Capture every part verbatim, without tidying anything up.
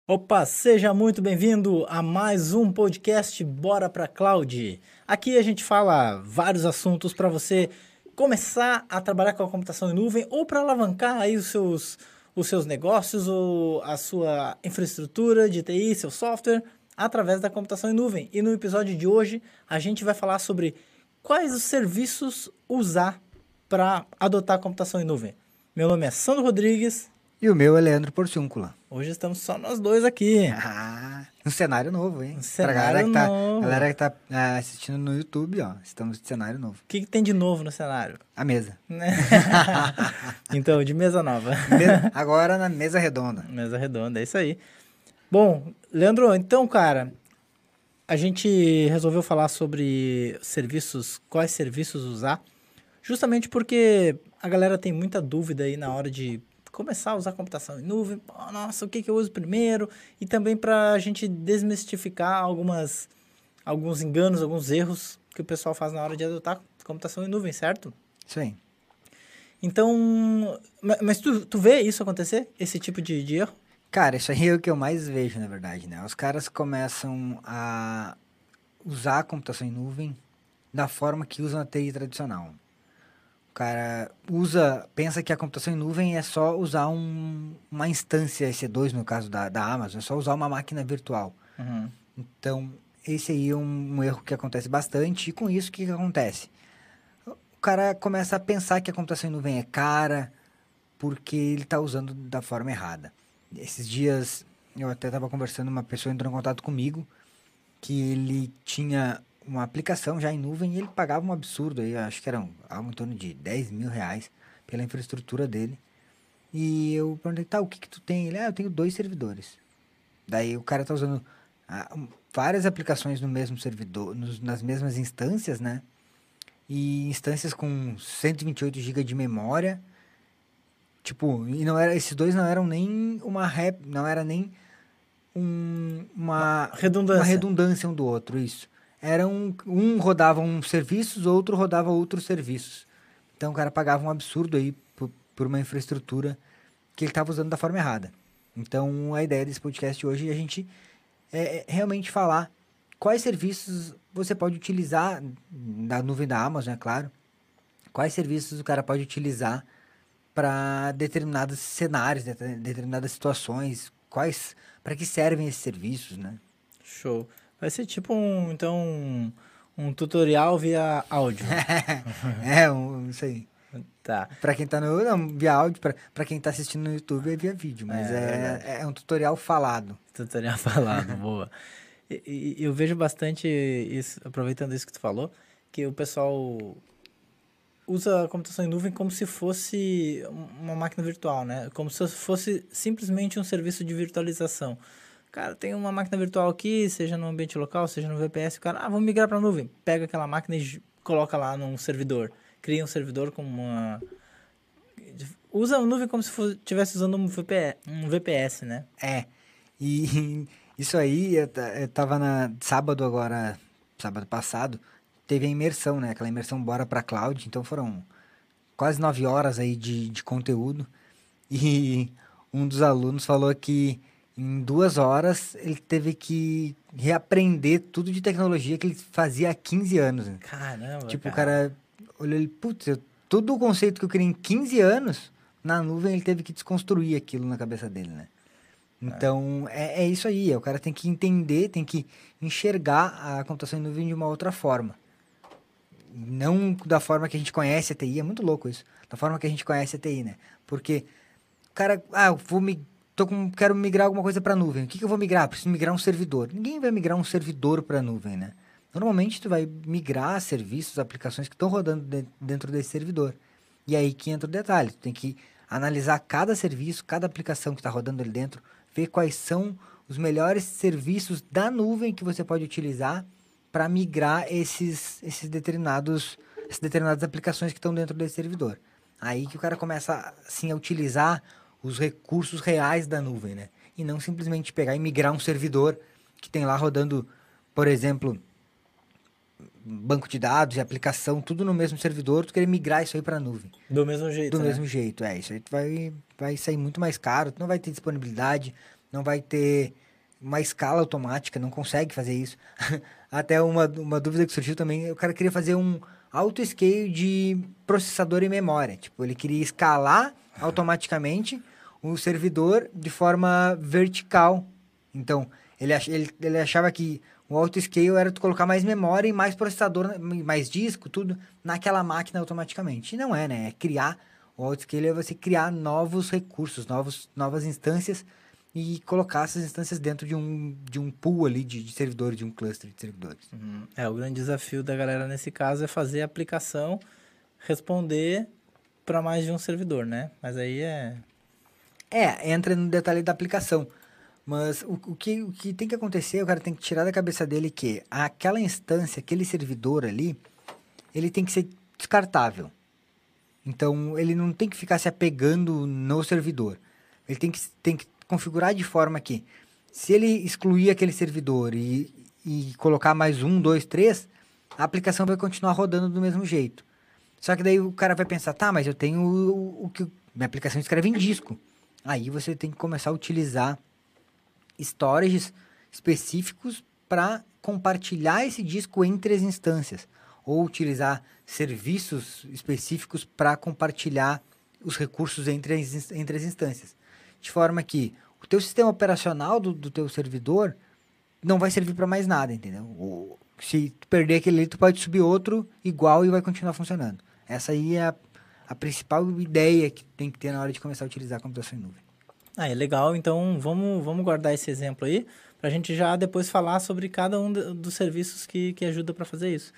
Opa, seja muito bem-vindo a mais um podcast Bora pra Cloud. Aqui a gente fala vários assuntos para você começar a trabalhar com a computação em nuvem ou para alavancar aí os seus, os seus negócios ou a sua infraestrutura de T I, seu software, através da computação em nuvem. E no episódio de hoje a gente vai falar sobre quais os serviços usar para adotar a computação em nuvem. Meu nome é Sandro Rodrigues. E o meu é Leandro Porciúncula. Hoje estamos só nós dois aqui. Ah, um cenário novo, hein? Um Pra galera cenário que tá, novo. galera que tá ah, assistindo no YouTube, ó, estamos de cenário novo. O que, que tem de novo no cenário? A mesa. Então, de mesa nova. Mesa- Agora na mesa redonda. Mesa redonda, é isso aí. Bom, Leandro, então, cara, a gente resolveu falar sobre serviços, quais serviços usar, justamente porque a galera tem muita dúvida aí na hora de começar a usar computação em nuvem. Pô, nossa, o que, que eu uso primeiro? E também para a gente desmistificar algumas, alguns enganos, alguns erros que o pessoal faz na hora de adotar computação em nuvem, certo? Isso aí. Então, ma- mas tu, tu vê isso acontecer? Esse tipo de, de erro? Cara, isso aí é o que eu mais vejo, na verdade, né? Os caras começam a usar a computação em nuvem da forma que usam a T I tradicional. O cara usa, pensa que a computação em nuvem é só usar um- uma instância E C dois, no caso da, da Amazon, é só usar uma máquina virtual. Uhum. Então, esse aí é um, um erro que acontece bastante. E com isso, o que, que acontece? O cara começa a pensar que a computação em nuvem é cara porque ele está usando da forma errada. Esses dias, eu até estava conversando, uma pessoa entrou em contato comigo que ele tinha uma aplicação já em nuvem e ele pagava um absurdo aí, acho que era um, algo em torno de dez mil reais pela infraestrutura dele. E eu perguntei, tá, o que que tu tem? Ele, ah, eu tenho dois servidores. Daí o cara tá usando ah, um- várias aplicações no mesmo servidor, nos- nas mesmas instâncias, né? E instâncias com cento e vinte e oito gigas de memória. Tipo, e não era, esses dois não eram nem uma rep, não era nem um- uma, Redundância. uma redundância um do outro, isso. Era um, um rodava uns serviços, outro rodava outros serviços. Então o cara pagava um absurdo aí por, por uma infraestrutura que ele estava usando da forma errada. Então a ideia desse podcast hoje é a gente é, é realmente falar quais serviços você pode utilizar na nuvem da Amazon, é claro. Quais serviços o cara pode utilizar para determinados cenários, det- determinadas situações, quais, para que servem esses serviços, né? Show. Vai ser tipo um, então, um, um tutorial via áudio. É, um, isso aí. Tá. Para quem tá no, não, via áudio, para quem tá assistindo no YouTube é via vídeo, mas É, é, verdade. é, é um tutorial falado. Tutorial falado, boa. E, e eu vejo bastante isso, aproveitando isso que tu falou, que o pessoal usa a computação em nuvem como se fosse um- uma máquina virtual, né? Como se fosse simplesmente um serviço de virtualização. Cara, tem uma máquina virtual aqui, seja no ambiente local, seja no V P S, o cara, ah, vamos migrar para a nuvem. Pega aquela máquina e j- coloca lá num servidor. Cria um servidor com uma... Usa a nuvem como se estivesse usando um V P S, um V P S, né? É. E isso aí, eu, ta- eu tava na sábado agora, sábado passado, teve a imersão, né? Aquela imersão Bora pra Cloud. Então foram quase nove horas aí de, de conteúdo. E um dos alunos falou que em duas horas ele teve que reaprender tudo de tecnologia que ele fazia há quinze anos, né? Caramba, Tipo, o cara. cara olhou ele, putz, eu- todo o conceito que eu criei em quinze anos, na nuvem ele teve que desconstruir aquilo na cabeça dele, né? Então, é, é isso aí. O cara tem que entender, tem que enxergar a computação em nuvem de uma outra forma. Não da forma que a gente conhece a T I, é muito louco isso. Da forma que a gente conhece a T I, né? Porque o cara, ah, eu vou me, tô com, quero migrar alguma coisa para nuvem. O que, que eu vou migrar? Preciso migrar um servidor. Ninguém vai migrar um servidor para nuvem, né? Normalmente tu vai migrar serviços, aplicações que estão rodando de- dentro desse servidor. E aí que entra o detalhe. Tu tem que analisar cada serviço, cada aplicação que está rodando ali dentro, ver quais são os melhores serviços da nuvem que você pode utilizar para migrar esses, esses determinados, essas determinadas aplicações que estão dentro desse servidor. Aí que o cara começa assim, a utilizar os recursos reais da nuvem, né? E não simplesmente pegar e migrar um servidor que tem lá rodando, por exemplo, banco de dados e aplicação, tudo no mesmo servidor, tu querer migrar isso aí para a nuvem. Do mesmo jeito, Do né? mesmo jeito, é. Isso aí tu vai, vai sair muito mais caro, tu não vai ter disponibilidade, não vai ter uma escala automática, não consegue fazer isso. Até uma, uma dúvida que surgiu também, o cara queria fazer um auto-scale de processador e memória. Tipo, ele queria escalar automaticamente o servidor de forma vertical. Então, ele, ach, ele, ele achava que o auto-scale era tu colocar mais memória e mais processador, mais disco, tudo, naquela máquina automaticamente. E não é, né? É criar, o auto-scale é você criar novos recursos, novos, novas instâncias e colocar essas instâncias dentro de um, de um pool ali de, de servidores, de um cluster de servidores. Uhum. É, o grande desafio da galera nesse caso é fazer a aplicação responder para mais de um servidor, né? Mas aí é... É, entra no detalhe da aplicação. Mas o, o, que, o que tem que acontecer, o cara tem que tirar da cabeça dele que aquela instância, aquele servidor ali, ele tem que ser descartável. Então, ele não tem que ficar se apegando no servidor. Ele tem que, tem que configurar de forma que, se ele excluir aquele servidor e, e colocar mais um, dois, três, a aplicação vai continuar rodando do mesmo jeito. Só que daí o cara vai pensar, tá, mas eu tenho o, o que minha aplicação escreve em disco. Aí você tem que começar a utilizar storages específicos para compartilhar esse disco entre as instâncias, ou utilizar serviços específicos para compartilhar os recursos entre as, entre as instâncias, de forma que o teu sistema operacional do, do teu servidor não vai servir para mais nada, entendeu? Ou, se tu perder aquele ali, tu pode subir outro igual e vai continuar funcionando. Essa aí é a, a principal ideia que tem que ter na hora de começar a utilizar a computação em nuvem. Ah, é legal. Então, vamos, vamos guardar esse exemplo aí, para a gente já depois falar sobre cada um de, dos serviços que, que ajuda para fazer isso.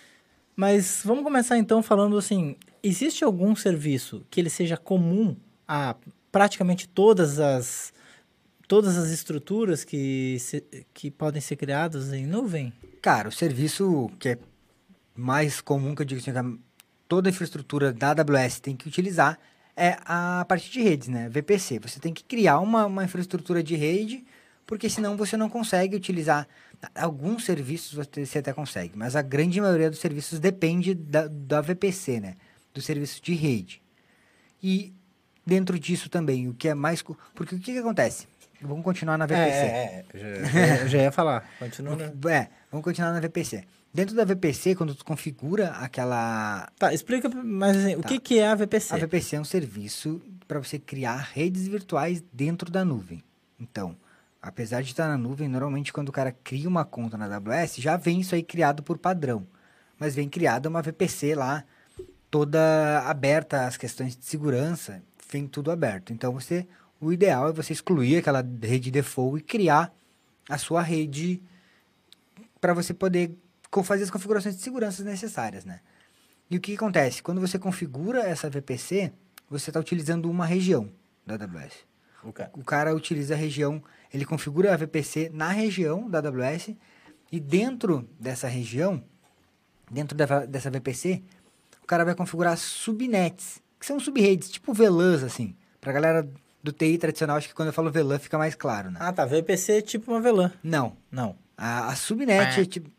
Mas vamos começar então falando assim, existe algum serviço que ele seja comum a praticamente todas as, todas as estruturas que, se, que podem ser criadas em nuvem? Cara, o serviço que é mais comum, que eu digo assim, que toda a infraestrutura da A W S tem que utilizar, é a parte de redes, né? V P C. Você tem que criar uma, uma infraestrutura de rede, porque senão você não consegue utilizar. Alguns serviços você até consegue, mas a grande maioria dos serviços depende da, da V P C, né? Do serviço de rede. E dentro disso também, o que é mais... Porque o que, que acontece? Vamos continuar na V P C. É, é, é. Já, já, já ia falar. Continua. Na... É, vamos continuar na V P C. Dentro da V P C, quando tu configura aquela... Tá, explica mais assim, tá. O que, que é a V P C? A V P C é um serviço para você criar redes virtuais dentro da nuvem. Então, apesar de estar na nuvem, normalmente quando o cara cria uma conta na A W S, já vem isso aí criado por padrão. Mas vem criada uma V P C lá, toda aberta às questões de segurança, vem tudo aberto. Então, você, o ideal é você excluir aquela rede default e criar a sua rede para você poder fazer as configurações de segurança necessárias, né? E o que, que acontece? Quando você configura essa V P C, você está utilizando uma região da A W S. Okay. O cara utiliza a região, ele configura a V P C na região da A W S e dentro dessa região, dentro da, dessa V P C, o cara vai configurar subnets, que são subredes, tipo V LANs, assim. Pra galera do T I tradicional, acho que quando eu falo V LAN fica mais claro, né? Ah, tá. V P C é tipo uma V LAN. Não. Não. A, a subnet é tipo...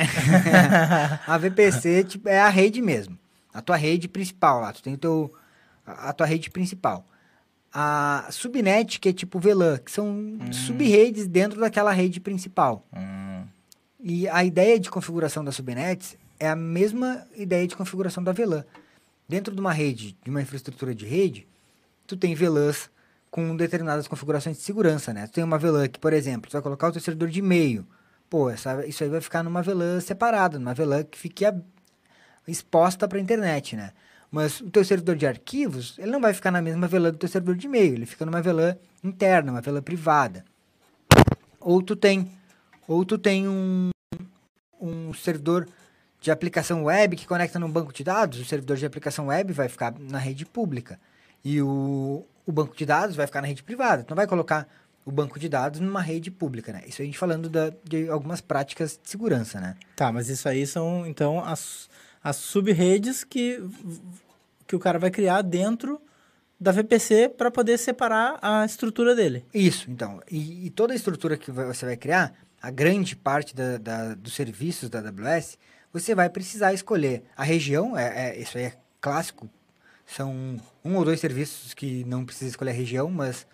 a V P C tipo, é a rede mesmo. A tua rede principal lá. Tu tem o teu, a, a tua rede principal. A subnet, que é tipo V LAN, que são hum. sub-redes dentro daquela rede principal. Hum. E a ideia de configuração da subnet é a mesma ideia de configuração da V LAN. Dentro de uma rede, de uma infraestrutura de rede, tu tem V LANs com determinadas configurações de segurança, né? Tu tem uma V LAN que, por exemplo, tu vai colocar o teu servidor de e-mail. Pô, essa, isso aí vai ficar numa V LAN separada, numa V LAN que fique a, exposta para a internet, né? Mas o teu servidor de arquivos, ele não vai ficar na mesma V LAN do teu servidor de e-mail, ele fica numa V LAN interna, uma V LAN privada. Ou tu tem, ou tu tem um, um servidor de aplicação web que conecta num banco de dados, o servidor de aplicação web vai ficar na rede pública e o, o banco de dados vai ficar na rede privada. Tu não vai colocar o banco de dados numa rede pública, né? Isso a gente falando da, de algumas práticas de segurança, né? Tá, mas isso aí são, então, as, as sub-redes que, que o cara vai criar dentro da V P C para poder separar a estrutura dele. Isso, então. E, e toda a estrutura que você vai criar, a grande parte da, da, dos serviços da A W S, você vai precisar escolher a região, é, é, isso aí é clássico, são um ou dois serviços que não precisa escolher a região, mas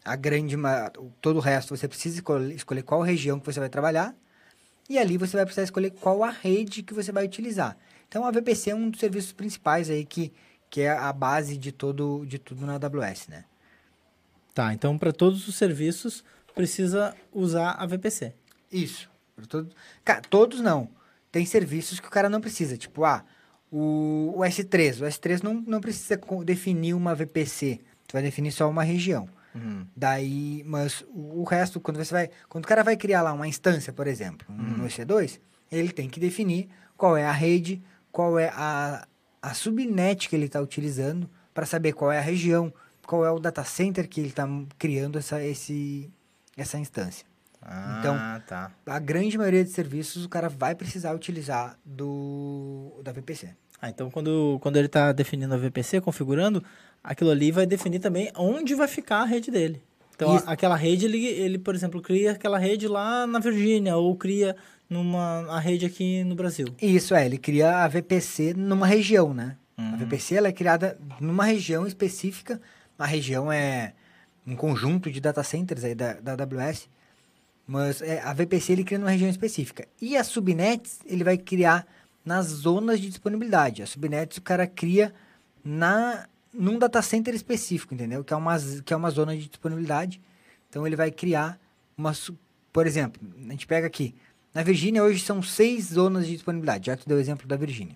A grande, ma- todo o resto você precisa escolher, escolher qual região que você vai trabalhar e ali você vai precisar escolher qual a rede que você vai utilizar. Então, a V P C é um dos serviços principais aí que, que é a base de, todo, de tudo na A W S, né? Tá, então para todos os serviços precisa usar a V P C. Isso. Pra todo... Cara, todos não. Tem serviços que o cara não precisa. Tipo, ah, o, o S três. O S três não, não precisa co- definir uma V P C. Tu vai definir só uma região. Uhum. Daí, mas o, o resto, quando você vai... Quando o cara vai criar lá uma instância, por exemplo, Uhum. no E C dois, ele tem que definir qual é a rede, qual é a, a subnet que ele está utilizando, para saber qual é a região, qual é o data center que ele está criando essa, esse, essa instância. Ah, Então, tá. a grande maioria de serviços o cara vai precisar utilizar do da V P C. Ah, então quando, quando ele está definindo a V P C, configurando, aquilo ali vai definir também onde vai ficar a rede dele. Então, a- Isso. aquela rede, ele, ele, por exemplo, cria aquela rede lá na Virgínia, ou cria numa a rede aqui no Brasil. Isso é, ele cria a V P C numa região, né? A Hum. V P C ela é criada numa região específica. A região é um conjunto de data centers aí da, da A W S, mas é, a V P C ele cria numa região específica. E as subnets ele vai criar nas zonas de disponibilidade. As subnets o cara cria na num data center específico, entendeu? Que é uma, z- que é uma zona de disponibilidade. Então ele vai criar uma, su- por exemplo, a gente pega aqui, na Virgínia hoje são seis zonas de disponibilidade, já que tu deu o exemplo da Virgínia.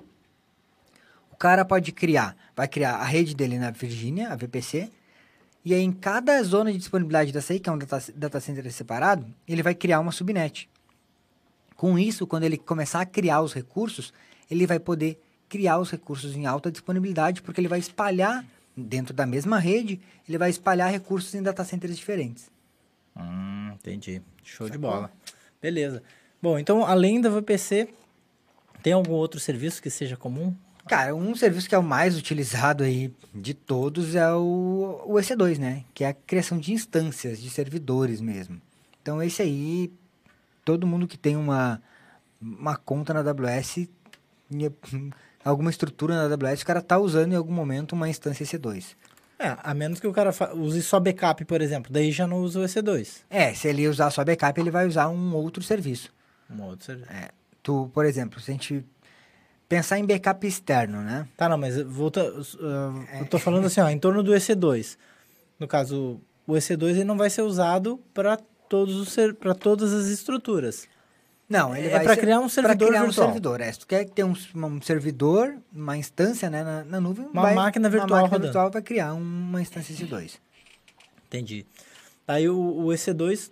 O cara pode criar, vai criar a rede dele na Virgínia, a V P C, e aí em cada zona de disponibilidade dessa aí, que é um data, data center separado, ele vai criar uma subnet. Com isso, quando ele começar a criar os recursos, ele vai poder criar os recursos em alta disponibilidade, porque ele vai espalhar, dentro da mesma rede, ele vai espalhar recursos em data centers diferentes. Hum, entendi. Show de Sacou? bola. Beleza. Bom, então, além da V P C, tem algum outro serviço que seja comum? Cara, um serviço que é o mais utilizado aí de todos é o, o E C dois, né? Que é a criação de instâncias, de servidores mesmo. Então, esse aí, todo mundo que tem uma, uma conta na A W S, em alguma estrutura na A W S, o cara tá usando em algum momento uma instância E C dois. É, a menos que o cara fa- use só backup, por exemplo. Daí já não usa o E C dois. É, se ele usar só backup, ele vai usar um outro serviço. Um outro serviço. É, tu, por exemplo, se a gente pensar em backup externo, né? Tá, não, mas volta, uh, eu tô falando assim, ó, em torno do E C dois. No caso, o E C dois ele não vai ser usado para todos os ser, para todas as estruturas. Não, ele É vai pra ser- criar um pra servidor criar um virtual. servidor. É, se tu quer ter um, um servidor, uma instância, né, na, na nuvem, Uma vai- máquina virtual uma máquina rodando. virtual vai criar uma instância E C dois. Entendi. Aí o, o E C dois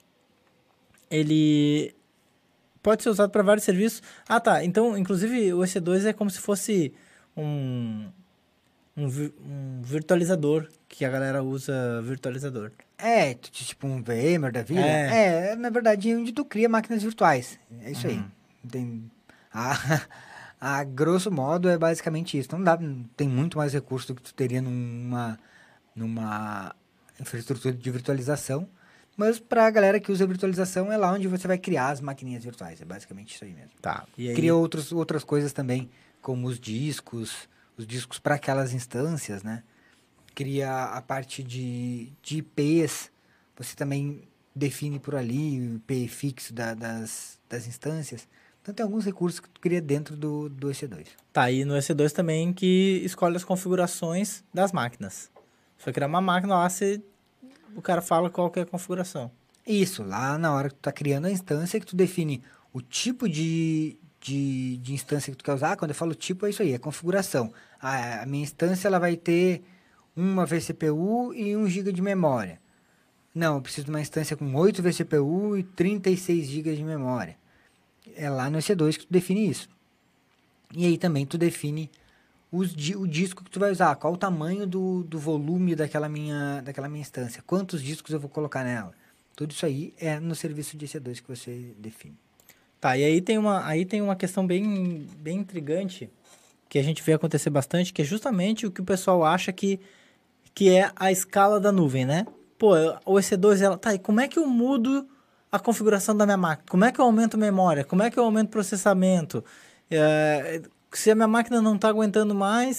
ele pode ser usado para vários serviços. Ah, tá. Então, inclusive, o E C dois é como se fosse um, um, vi- um virtualizador, que a galera usa virtualizador. É, tu- tipo um VMware da vida. É. É, na verdade, é onde tu cria máquinas virtuais. É isso aí. Uhum. Tem, a, a grosso modo é basicamente isso. Não dá, tem muito mais recurso do que tu teria numa, numa infraestrutura de virtualização. Mas pra galera que usa virtualização, é lá onde você vai criar as maquininhas virtuais. É basicamente isso aí mesmo. Tá. E aí, Cria outros, outras coisas também, como os discos, os discos para aquelas instâncias, né? Cria a parte de, de I Ps, você também define por ali o I P fixo da- das, das instâncias. Então tem alguns recursos que tu cria dentro do, do E C dois. tá aí no E C dois também que escolhe as configurações das máquinas. Se for criar uma máquina lá, você, o cara fala qual que é a configuração. Isso, lá na hora que tu tá criando a instância, que tu define o tipo de, de, de instância que tu quer usar. Quando eu falo tipo, é isso aí, é configuração. A, a minha instância ela vai ter uma vCPU e um giga de memória. Não, eu preciso de uma instância com oito vCPU e trinta e seis gigas de memória. É lá no E C dois que tu define isso. E aí também tu define os, di- o disco que tu vai usar, qual o tamanho do, do volume daquela minha, daquela minha instância, quantos discos eu vou colocar nela. Tudo isso aí é no serviço de E C dois que você define. Tá, e aí tem uma, aí tem uma questão bem, bem intrigante que a gente vê acontecer bastante, que é justamente o que o pessoal acha que, que é a escala da nuvem, né? Pô, eu- o E C dois, ela, tá, e como é que eu mudo a configuração da minha máquina? Como é que eu aumento memória? Como é que eu aumento processamento? É, se a minha máquina não está aguentando mais,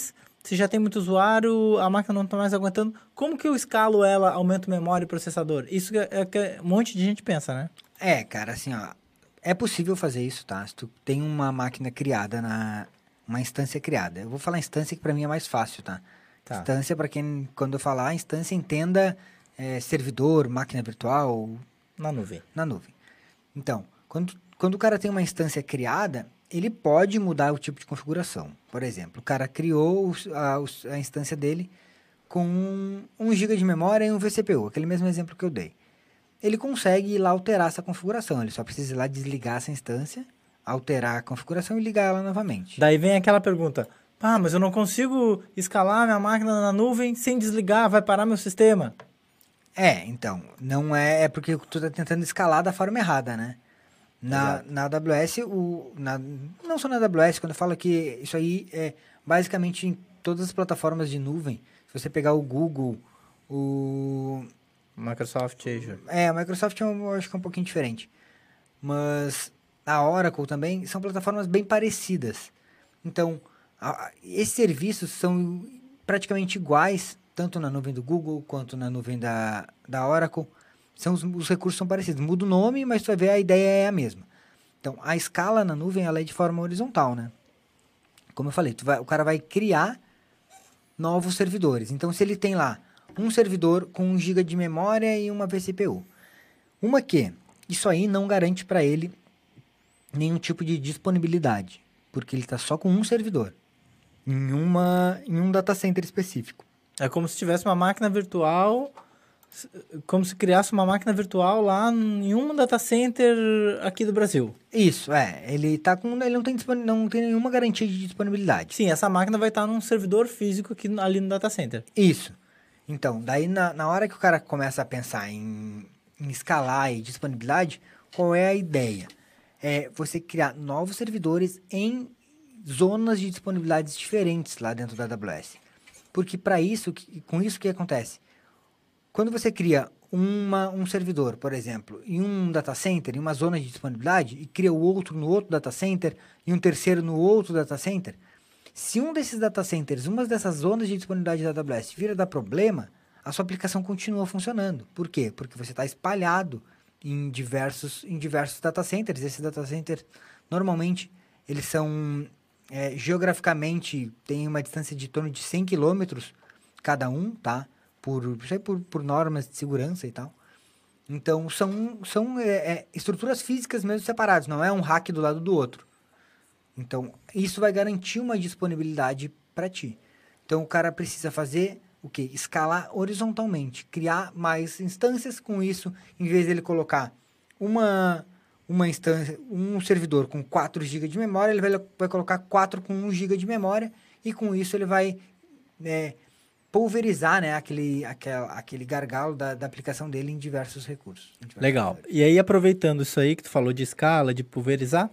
se já tem muito usuário, a máquina não está mais aguentando, como que eu escalo ela, aumento memória e processador? Isso é, é que um monte de gente pensa, né? É, cara, assim, ó, é possível fazer isso, tá? Se tu tem uma máquina criada na... Uma instância criada. Eu vou falar instância que para mim é mais fácil, tá? Tá. Instância, para quem, quando eu falar instância, entenda é, servidor, máquina virtual, Na nuvem. na nuvem. Então, quando, quando o cara tem uma instância criada, ele pode mudar o tipo de configuração. Por exemplo, o cara criou a, a instância dele com um giga de memória e um V C P U, aquele mesmo exemplo que eu dei. Ele consegue ir lá alterar essa configuração, ele só precisa ir lá desligar essa instância, alterar a configuração e ligar ela novamente. Daí vem aquela pergunta, ah, mas eu não consigo escalar minha máquina na nuvem sem desligar, vai parar meu sistema? É, então, não é, é porque tu tá tentando escalar da forma errada, né? Na, na A W S, o, na, não só na A W S, quando eu falo que isso aí é basicamente em todas as plataformas de nuvem, se você pegar o Google, o... Microsoft Azure. É, a Microsoft eu acho que é um pouquinho diferente, mas a Oracle também são plataformas bem parecidas. Então, a, esses serviços são praticamente iguais, tanto na nuvem do Google quanto na nuvem da, da Oracle. São os, os recursos são parecidos. Muda o nome, mas tu vai ver a ideia é a mesma. Então, a escala na nuvem ela é de forma horizontal, né? Como eu falei, tu vai, o cara vai criar novos servidores. Então, se ele tem lá um servidor com um giga de memória e uma V C P U. Uma que isso aí não garante para ele nenhum tipo de disponibilidade, porque ele está só com um servidor em, uma, em um data center específico. É como se tivesse uma máquina virtual, como se criasse uma máquina virtual lá em um data center aqui do Brasil. Isso, é. Ele tá com. Ele não tem, não tem nenhuma garantia de disponibilidade. Sim, essa máquina vai estar num servidor físico aqui, ali no data center. Isso. Então, daí na, na hora que o cara começa a pensar em, em escalar e disponibilidade, qual é a ideia? É você criar novos servidores em zonas de disponibilidades diferentes lá dentro da A W S. Porque para isso, com isso o que acontece? Quando você cria uma, um servidor, por exemplo, em um data center, em uma zona de disponibilidade, e cria o outro no outro data center, e um terceiro no outro data center, se um desses data centers, uma dessas zonas de disponibilidade da A W S vir a dar problema, a sua aplicação continua funcionando. Por quê? Porque você está espalhado em diversos, em diversos data centers. Esses data centers, normalmente, eles são, é, geograficamente, tem uma distância de torno de cem quilômetros cada um, tá? Por, por, por normas de segurança e tal. Então, são, são é, é, estruturas físicas mesmo separadas, não é um rack do lado do outro. Então, isso vai garantir uma disponibilidade para ti. Então, o cara precisa fazer o quê? Escalar horizontalmente, criar mais instâncias com isso, em vez dele colocar uma, uma instância, um servidor com quatro gigas de memória, ele vai, vai colocar quatro com um giga de memória, e com isso ele vai é, pulverizar, né, aquele, aquele, aquele gargalo da, da aplicação dele em diversos recursos. Em diversos Legal. lugares. E aí, aproveitando isso aí que tu falou de escala, de pulverizar,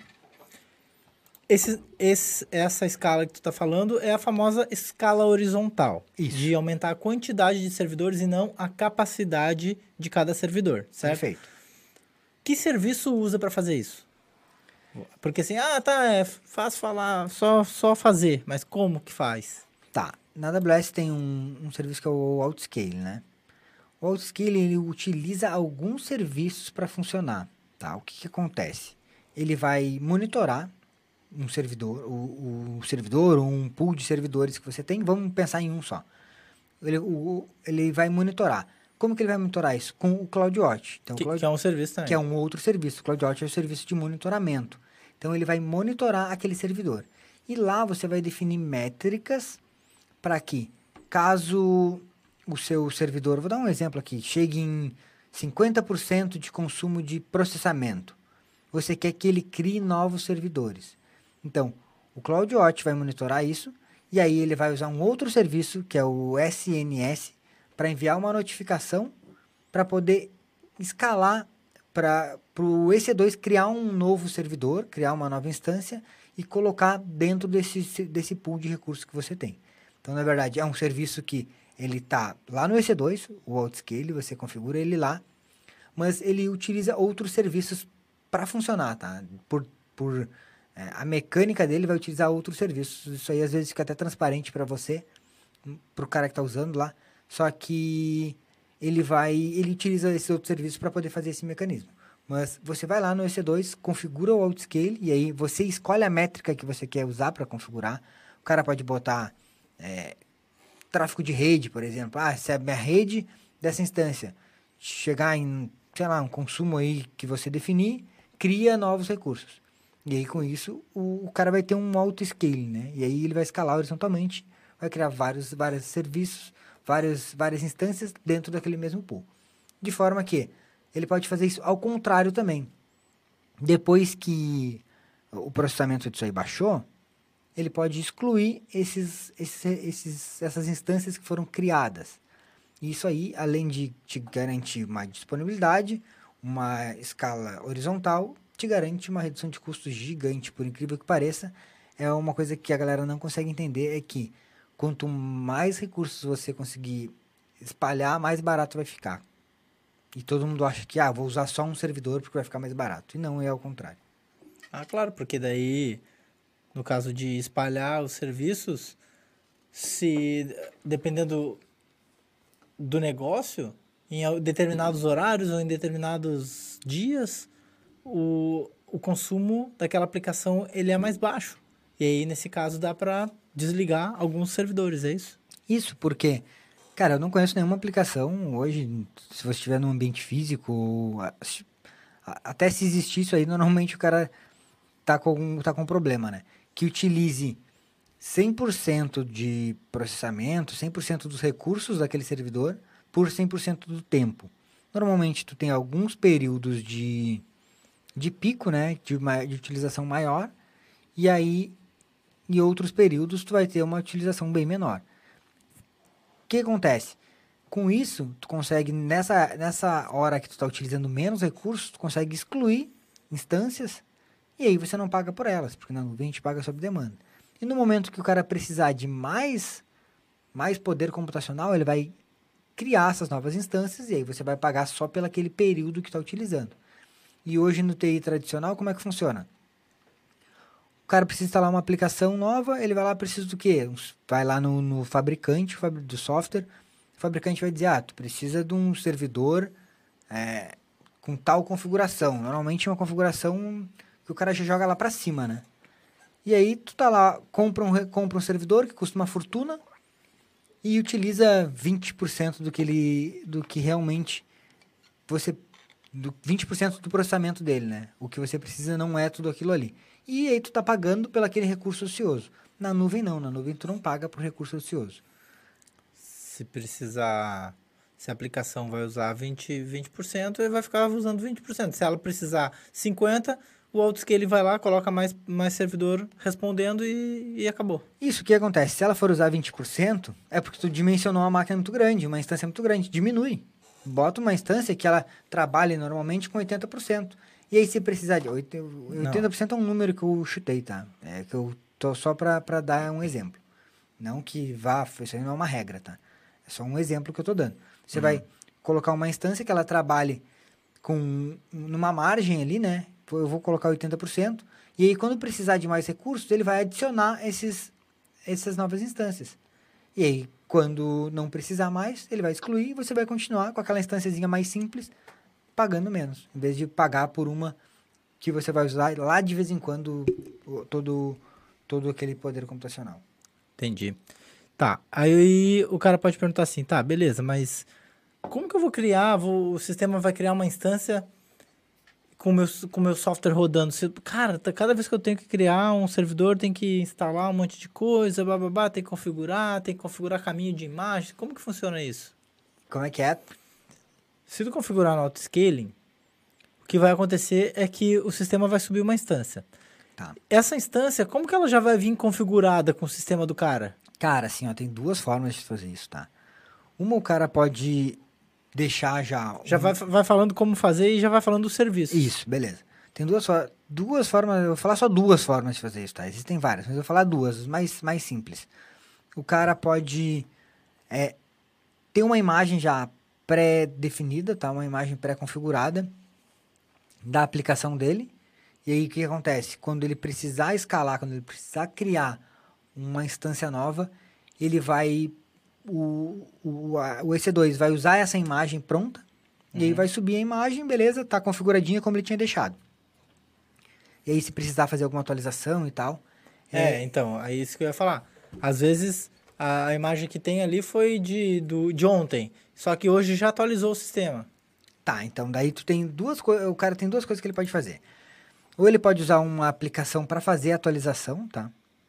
esse, esse, essa escala que tu está falando é a famosa escala horizontal. Isso. De aumentar a quantidade de servidores e não a capacidade de cada servidor, certo? Perfeito. Que serviço usa para fazer isso? Porque assim, ah, tá, é fácil falar, só, só fazer, mas como que faz? Tá, na A W S tem um, um serviço que é o Outscale, né? O Outscale, ele utiliza alguns serviços para funcionar, tá? O que que acontece? Ele vai monitorar um servidor, o, o servidor ou um pool de servidores que você tem, vamos pensar em um só. Ele, o, ele vai monitorar. Como que ele vai monitorar isso? Com o CloudWatch. Então, Que, Cloud, que é um serviço também. que é um outro serviço. O CloudWatch é o serviço de monitoramento. Então, ele vai monitorar aquele servidor. E lá você vai definir métricas para que, caso o seu servidor, vou dar um exemplo aqui, chegue em cinquenta por cento de consumo de processamento, você quer que ele crie novos servidores. Então, o CloudWatch vai monitorar isso, e aí ele vai usar um outro serviço, que é o S N S, para enviar uma notificação para poder escalar para o E C dois criar um novo servidor, criar uma nova instância e colocar dentro desse, desse pool de recursos que você tem. Então, na verdade, é um serviço que ele está lá no E C dois, o Outscale, você configura ele lá, mas ele utiliza outros serviços para funcionar, tá? Por, por, é, a mecânica dele vai utilizar outros serviços. Isso aí, às vezes, fica até transparente para você, para o cara que está usando lá, só que ele vai, ele utiliza esse outro serviço para poder fazer esse mecanismo. Mas você vai lá no E C dois, configura o autoscale, e aí você escolhe a métrica que você quer usar para configurar. O cara pode botar é, tráfego de rede, por exemplo. Ah, se a minha rede dessa instância chegar em, sei lá, um consumo aí que você definir, cria novos recursos. E aí, com isso, o, o cara vai ter um autoscale, né? E aí ele vai escalar horizontalmente, vai criar vários, vários serviços, várias, várias instâncias dentro daquele mesmo pool. De forma que ele pode fazer isso ao contrário também. Depois que o processamento disso aí baixou, ele pode excluir esses, esses, esses, essas instâncias que foram criadas. Isso aí, além de te garantir uma disponibilidade, uma escala horizontal, te garante uma redução de custos gigante, por incrível que pareça. É uma coisa que a galera não consegue entender, é que quanto mais recursos você conseguir espalhar, mais barato vai ficar. E todo mundo acha que, ah, vou usar só um servidor porque vai ficar mais barato. E não, é ao contrário. Ah, claro, porque daí, no caso de espalhar os serviços, se dependendo do negócio, em determinados horários ou em determinados dias, o, o consumo daquela aplicação ele é mais baixo. E aí, nesse caso, dá para desligar alguns servidores, é isso? Isso, porque, cara, eu não conheço nenhuma aplicação hoje, se você estiver num ambiente físico, a- se- a- até se existir isso aí, normalmente o cara tá com, tá com um problema, né? Que utilize cem por cento de processamento, cem por cento dos recursos daquele servidor por cem por cento do tempo. Normalmente tu tem alguns períodos de, de pico, né, de, ma- de utilização maior, e aí em outros períodos tu vai ter uma utilização bem menor. O que acontece? Com isso, tu consegue, nessa, nessa hora que tu está utilizando menos recursos, tu consegue excluir instâncias e aí você não paga por elas, porque na nuvem a gente paga sob demanda. E no momento que o cara precisar de mais, mais poder computacional, ele vai criar essas novas instâncias e aí você vai pagar só pelo aquele período que está utilizando. E hoje no T I tradicional, como é que funciona? O cara precisa instalar uma aplicação nova, ele vai lá, precisa do quê? Vai lá no, no fabricante do software, o fabricante vai dizer, ah, tu precisa de um servidor é, com tal configuração. Normalmente é uma configuração que o cara já joga lá para cima, né? E aí tu tá lá, compra um, compra um servidor que custa uma fortuna e utiliza vinte por cento do que ele, do que realmente você, do vinte por cento do processamento dele, né? O que você precisa não é tudo aquilo ali. E aí tu tá pagando pelo aquele recurso ocioso. Na nuvem não, na nuvem tu não paga por recurso ocioso. Se precisar, se a aplicação vai usar vinte, vinte por cento, ele vai ficar usando vinte por cento. Se ela precisar cinquenta por cento, o autoscale vai lá, coloca mais, mais servidor respondendo e, e acabou. Isso, o que acontece? Se ela for usar vinte por cento, é porque tu dimensionou uma máquina muito grande, uma instância muito grande. Diminui. Bota uma instância que ela trabalhe normalmente com oitenta por cento. E aí, se precisar de... oitenta por cento é um número que eu chutei, tá? É que eu tô só pra, pra dar um exemplo. Não que vá... Isso aí não é uma regra, tá? É só um exemplo que eu tô dando. Você uhum. vai colocar uma instância que ela trabalhe com... numa margem ali, né? Eu vou colocar oitenta por cento. E aí, quando precisar de mais recursos, ele vai adicionar esses, essas novas instâncias. E aí, quando não precisar mais, ele vai excluir e você vai continuar com aquela instânciazinha mais simples, pagando menos. Em vez de pagar por uma que você vai usar lá de vez em quando todo, todo aquele poder computacional. Entendi. Tá, aí o cara pode perguntar assim, tá, beleza, mas como que eu vou criar, vou, o sistema vai criar uma instância com meu, o meu software rodando? Se, cara, tá, cada vez que eu tenho que criar um servidor, tem que instalar um monte de coisa, blá, blá, blá, tem que configurar, tem que configurar caminho de imagem, como que funciona isso? Como é que é? Se tu configurar no autoscaling, o que vai acontecer é que o sistema vai subir uma instância. Tá. Essa instância, como que ela já vai vir configurada com o sistema do cara? Cara, assim, ó, tem duas formas de fazer isso, tá? Uma, o cara pode deixar já... Já um... vai, vai falando como fazer e já vai falando do serviço. Isso, beleza. Tem duas, duas formas, eu vou falar só duas formas de fazer isso, tá? Existem várias, mas eu vou falar duas, mais, mais simples. O cara pode é, ter uma imagem já pré-definida, tá? Uma imagem pré-configurada da aplicação dele. E aí, o que acontece? Quando ele precisar escalar, quando ele precisar criar uma instância nova, ele vai o, o, a, o E C dois vai usar essa imagem pronta, uhum. e aí vai subir a imagem, beleza, tá configuradinha como ele tinha deixado. E aí, se precisar fazer alguma atualização e tal... É, é então, é isso que eu ia falar. Às vezes, a, a imagem que tem ali foi de, do, de ontem, só que hoje já atualizou o sistema. Tá, então daí tu tem duas coisas, o cara tem duas coisas que ele pode fazer. Ou ele pode usar uma aplicação para fazer a atualização, tá?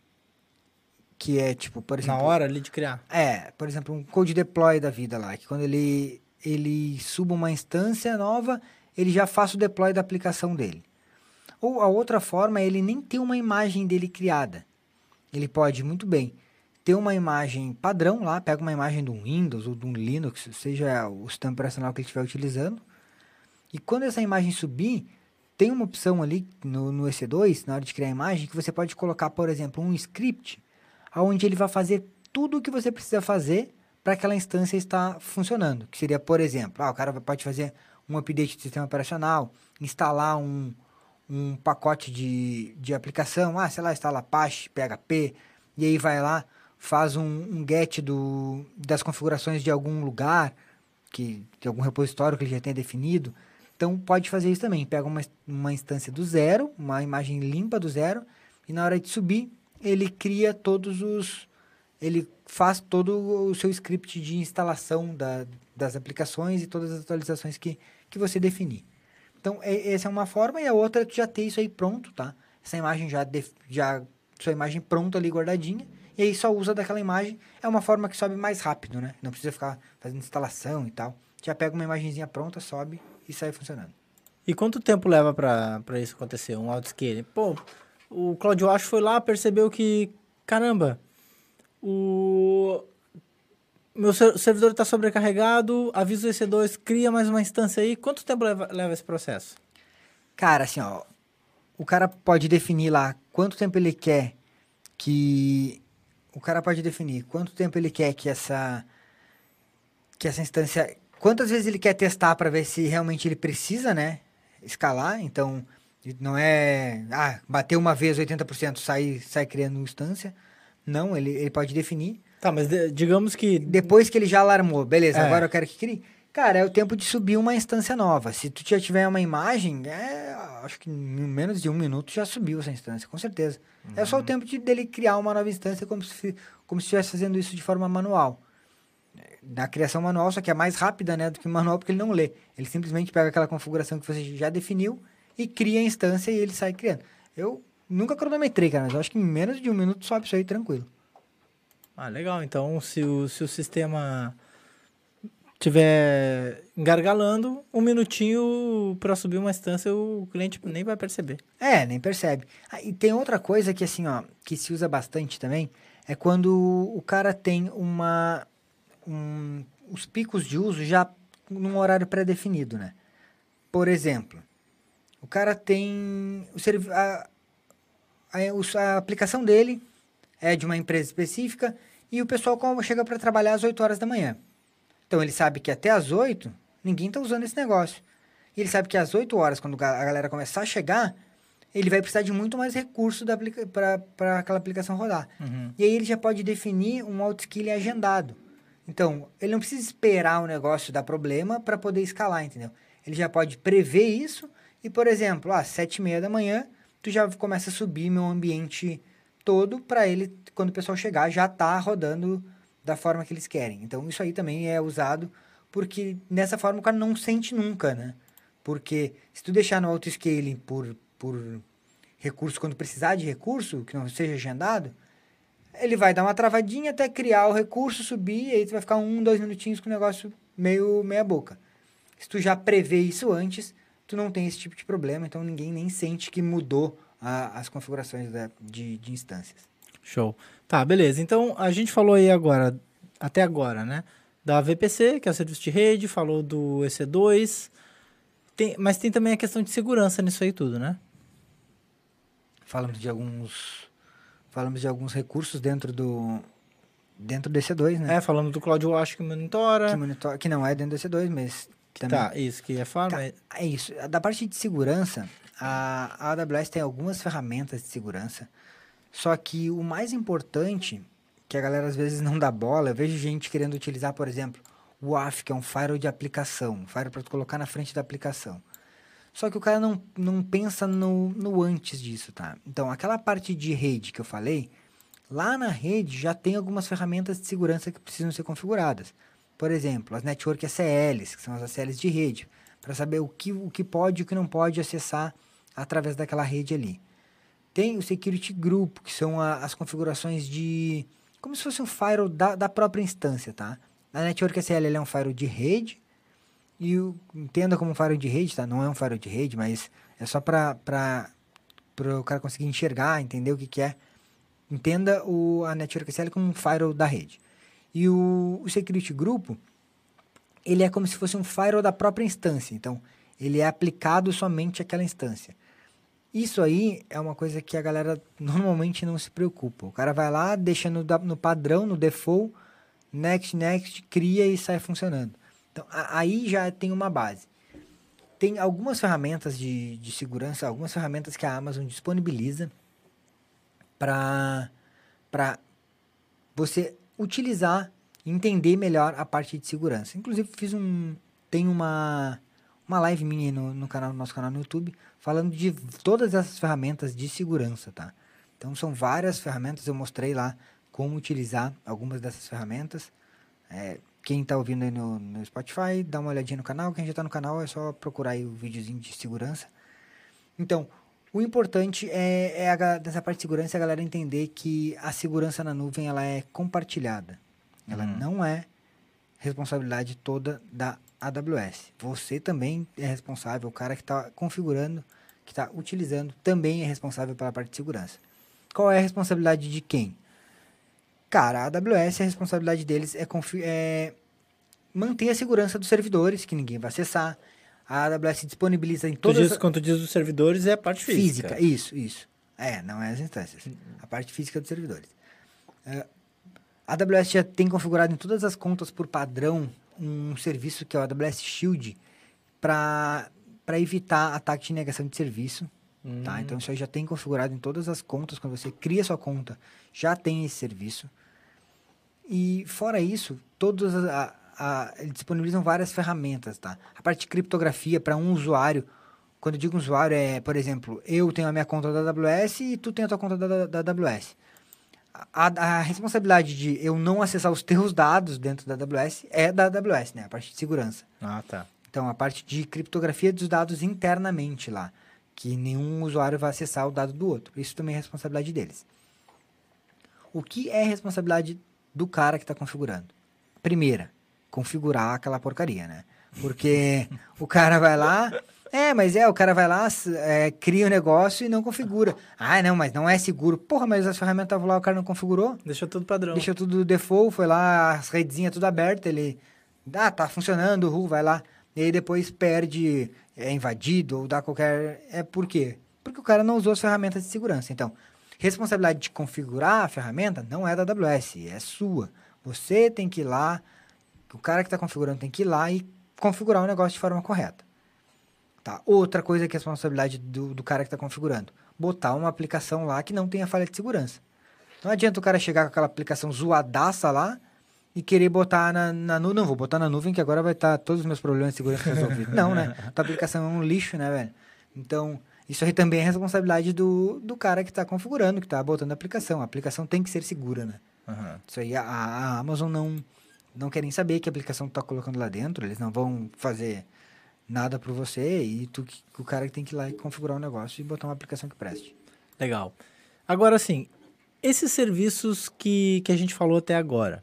Que é tipo, por exemplo... Na hora ali de criar. É, por exemplo, um code deploy da vida lá, que quando ele, ele suba uma instância nova, ele já faz o deploy da aplicação dele. Ou a outra forma é ele nem ter uma imagem dele criada. Ele pode, muito bem, ter uma imagem padrão lá, pega uma imagem do Windows ou do Linux, seja o sistema operacional que ele estiver utilizando, e quando essa imagem subir, tem uma opção ali no, no E C dois, na hora de criar a imagem, que você pode colocar, por exemplo, um script, onde ele vai fazer tudo o que você precisa fazer para aquela instância estar funcionando. Que seria, por exemplo, ah, o cara pode fazer um update do sistema operacional, instalar um, um pacote de, de aplicação, ah, sei lá, instala Apache, P H P, e aí vai lá, faz um, um get do, das configurações de algum lugar, que, de algum repositório que ele já tenha definido. Então, pode fazer isso também. Pega uma, uma instância do zero, uma imagem limpa do zero, e na hora de subir, ele cria todos os... Ele faz todo o seu script de instalação da, das aplicações e todas as atualizações que, que você definir. Então, é, essa é uma forma, e a outra é tu já ter isso aí pronto, tá? Essa imagem já... Def, já sua imagem pronta ali, guardadinha, e aí só usa daquela imagem. É uma forma que sobe mais rápido, né? Não precisa ficar fazendo instalação e tal. Já pega uma imagenzinha pronta, sobe e sai funcionando. E quanto tempo leva para isso acontecer, um autoscaling? Pô, o CloudWatch foi lá, percebeu que, caramba, o meu servidor está sobrecarregado, avisa o E C dois, cria mais uma instância aí. Quanto tempo leva, leva esse processo? Cara, assim, ó, o cara pode definir lá quanto tempo ele quer que... O cara pode definir quanto tempo ele quer que essa, que essa instância... Quantas vezes ele quer testar para ver se realmente ele precisa, né, escalar. Então, não é... Ah, bateu uma vez oitenta por cento, sai, sai criando instância. Não, ele, ele pode definir. Tá, mas de, digamos que... Depois que ele já alarmou, beleza, é. agora eu quero que crie. Cara, é o tempo de subir uma instância nova. Se tu já tiver uma imagem, é, acho que em menos de um minuto já subiu essa instância, com certeza. Uhum. É só o tempo de, dele criar uma nova instância como se, como se estivesse fazendo isso de forma manual. Na criação manual, só que é mais rápida, né, do que manual, porque ele não lê. Ele simplesmente pega aquela configuração que você já definiu e cria a instância e ele sai criando. Eu nunca cronometrei, cara, mas eu acho que em menos de um minuto sobe isso aí tranquilo. Ah, legal. Então, se o, se o sistema estiver engargalando, um minutinho para subir uma instância, o cliente nem vai perceber. É, nem percebe. Ah, e tem outra coisa que, assim, ó, que se usa bastante também, é quando o cara tem uma... Um, os picos de uso já num horário pré-definido, né? Por exemplo, o cara tem... O servi a, a, a aplicação dele é de uma empresa específica e o pessoal chega para trabalhar às oito horas da manhã. Então, ele sabe que até às oito, ninguém está usando esse negócio. E ele sabe que às oito horas, quando a galera começar a chegar, ele vai precisar de muito mais recurso para aquela aplicação rodar. Uhum. E aí ele já pode definir um autoscaling agendado. Então, ele não precisa esperar o negócio dar problema para poder escalar, entendeu? Ele já pode prever isso e, por exemplo, às sete e meia da manhã, tu já começa a subir meu ambiente todo para ele, quando o pessoal chegar, já tá rodando da forma que eles querem. Então, isso aí também é usado porque nessa forma o cara não sente nunca, né? Porque se tu deixar no autoscaling por, por recurso, quando precisar de recurso, que não seja agendado, ele vai dar uma travadinha até criar o recurso, subir, e aí tu vai ficar um, dois minutinhos com o negócio meio meia boca. Se tu já prevê isso antes, tu não tem esse tipo de problema, então ninguém nem sente que mudou a, as configurações da, de, de instâncias. Show. Tá, beleza. Então, a gente falou aí agora, até agora, né? Da V P C, que é o serviço de rede, falou do E C dois, tem, mas tem também a questão de segurança nisso aí tudo, né? Falamos de alguns... Falamos de alguns recursos dentro do, dentro do E C dois, né? É, falando do CloudWatch que monitora. Que, monitora, que não é dentro do E C dois, mas também... Tá, isso, que é forma. Tá, é isso. Da parte de segurança, a, a AWS tem algumas ferramentas de segurança, só que o mais importante que a galera às vezes não dá bola. Eu vejo gente querendo utilizar, por exemplo, o W A F, que é um firewall de aplicação, um firewall para colocar na frente da aplicação. Só que o cara não, não pensa no, no antes disso, tá? Então, aquela parte de rede que eu falei, lá na rede já tem algumas ferramentas de segurança que precisam ser configuradas. Por exemplo, as Network A C Ls, que são as A C Ls de rede, para saber o que, o que pode e o que não pode acessar através daquela rede ali. Tem o Security Group, que são a, as configurações de... como se fosse um firewall da, da própria instância, tá? A Network A C L ele é um firewall de rede, e o, entenda como um firewall de rede, tá? Não é um firewall de rede, mas é só para o cara conseguir enxergar, entender o que, que é. Entenda o, a Network A C L como um firewall da rede. E o, o Security Group, ele é como se fosse um firewall da própria instância. Então, ele é aplicado somente àquela instância. Isso aí é uma coisa que a galera normalmente não se preocupa. O cara vai lá, deixa no, no padrão, no default, next, next, cria e sai funcionando. Então, a, aí já tem uma base. Tem algumas ferramentas de, de segurança, algumas ferramentas que a Amazon disponibiliza para você utilizar e entender melhor a parte de segurança. Inclusive, fiz um, tem uma, uma live minha no, no, canal, no nosso canal no YouTube falando de todas essas ferramentas de segurança, tá? Então, são várias ferramentas, eu mostrei lá como utilizar algumas dessas ferramentas. É, quem está ouvindo aí no, no Spotify, dá uma olhadinha no canal. Quem já está no canal, é só procurar aí o videozinho de segurança. Então, o importante é, é a, dessa parte de segurança, a galera entender que a segurança na nuvem ela é compartilhada. Ela uhum. não é responsabilidade toda da A W S. Você também é responsável, o cara que está configurando, que está utilizando, também é responsável pela parte de segurança. Qual é a responsabilidade de quem? Cara, a AWS, a responsabilidade deles é, é manter a segurança dos servidores, que ninguém vai acessar. A A W S disponibiliza em todas... Tu diz, quando tu diz dos servidores, é a parte física. Física, isso, isso. É, não é as instâncias. A parte física dos servidores. Uh, a AWS já tem configurado em todas as contas por padrão um serviço que é o A W S Shield para evitar ataque de negação de serviço. Hum. Tá? Então, isso aí já tem configurado em todas as contas. Quando você cria sua conta, já tem esse serviço. E, fora isso, todos a, a, eles disponibilizam várias ferramentas. Tá? A parte de criptografia para um usuário. Quando eu digo usuário, é, por exemplo, eu tenho a minha conta da A W S e tu tem a tua conta da, da A W S. A, a responsabilidade de eu não acessar os teus dados dentro da A W S é da A W S, né? A parte de segurança. Ah, tá. Então, a parte de criptografia dos dados internamente lá. Que nenhum usuário vai acessar o dado do outro. Isso também é responsabilidade deles. O que é responsabilidade do cara que está configurando? Primeira, configurar aquela porcaria, né? Porque o cara vai lá... É, mas é, o cara vai lá, é, cria o um negócio e não configura. Ah, não, mas não é seguro. Porra, mas as ferramentas estavam lá, o cara não configurou. Deixou tudo padrão. Deixou tudo default, foi lá, as redezinhas tudo abertas, ele... Ah, tá funcionando, uh, vai lá. E aí depois perde, é invadido ou dá qualquer... É por quê? Porque o cara não usou as ferramentas de segurança. Então, responsabilidade de configurar a ferramenta não é da A W S, é sua. Você tem que ir lá, o cara que está configurando tem que ir lá e configurar o negócio de forma correta. Tá. Outra coisa que é a responsabilidade do, do cara que está configurando. Botar uma aplicação lá que não tenha falha de segurança. Não adianta o cara chegar com aquela aplicação zoadaça lá e querer botar na, na nuvem. Não, vou botar na nuvem que agora vai estar tá todos os meus problemas de segurança resolvidos. Não, né? A tua aplicação é um lixo, né, velho? Então, isso aí também é responsabilidade do, do cara que está configurando, que está botando a aplicação. A aplicação tem que ser segura, né? Uhum. Isso aí a, a Amazon não, não querem saber que a aplicação está colocando lá dentro. Eles não vão fazer... nada para você e tu, o cara que tem que ir lá e configurar o negócio e botar uma aplicação que preste. Legal. Agora, assim, esses serviços que, que a gente falou até agora,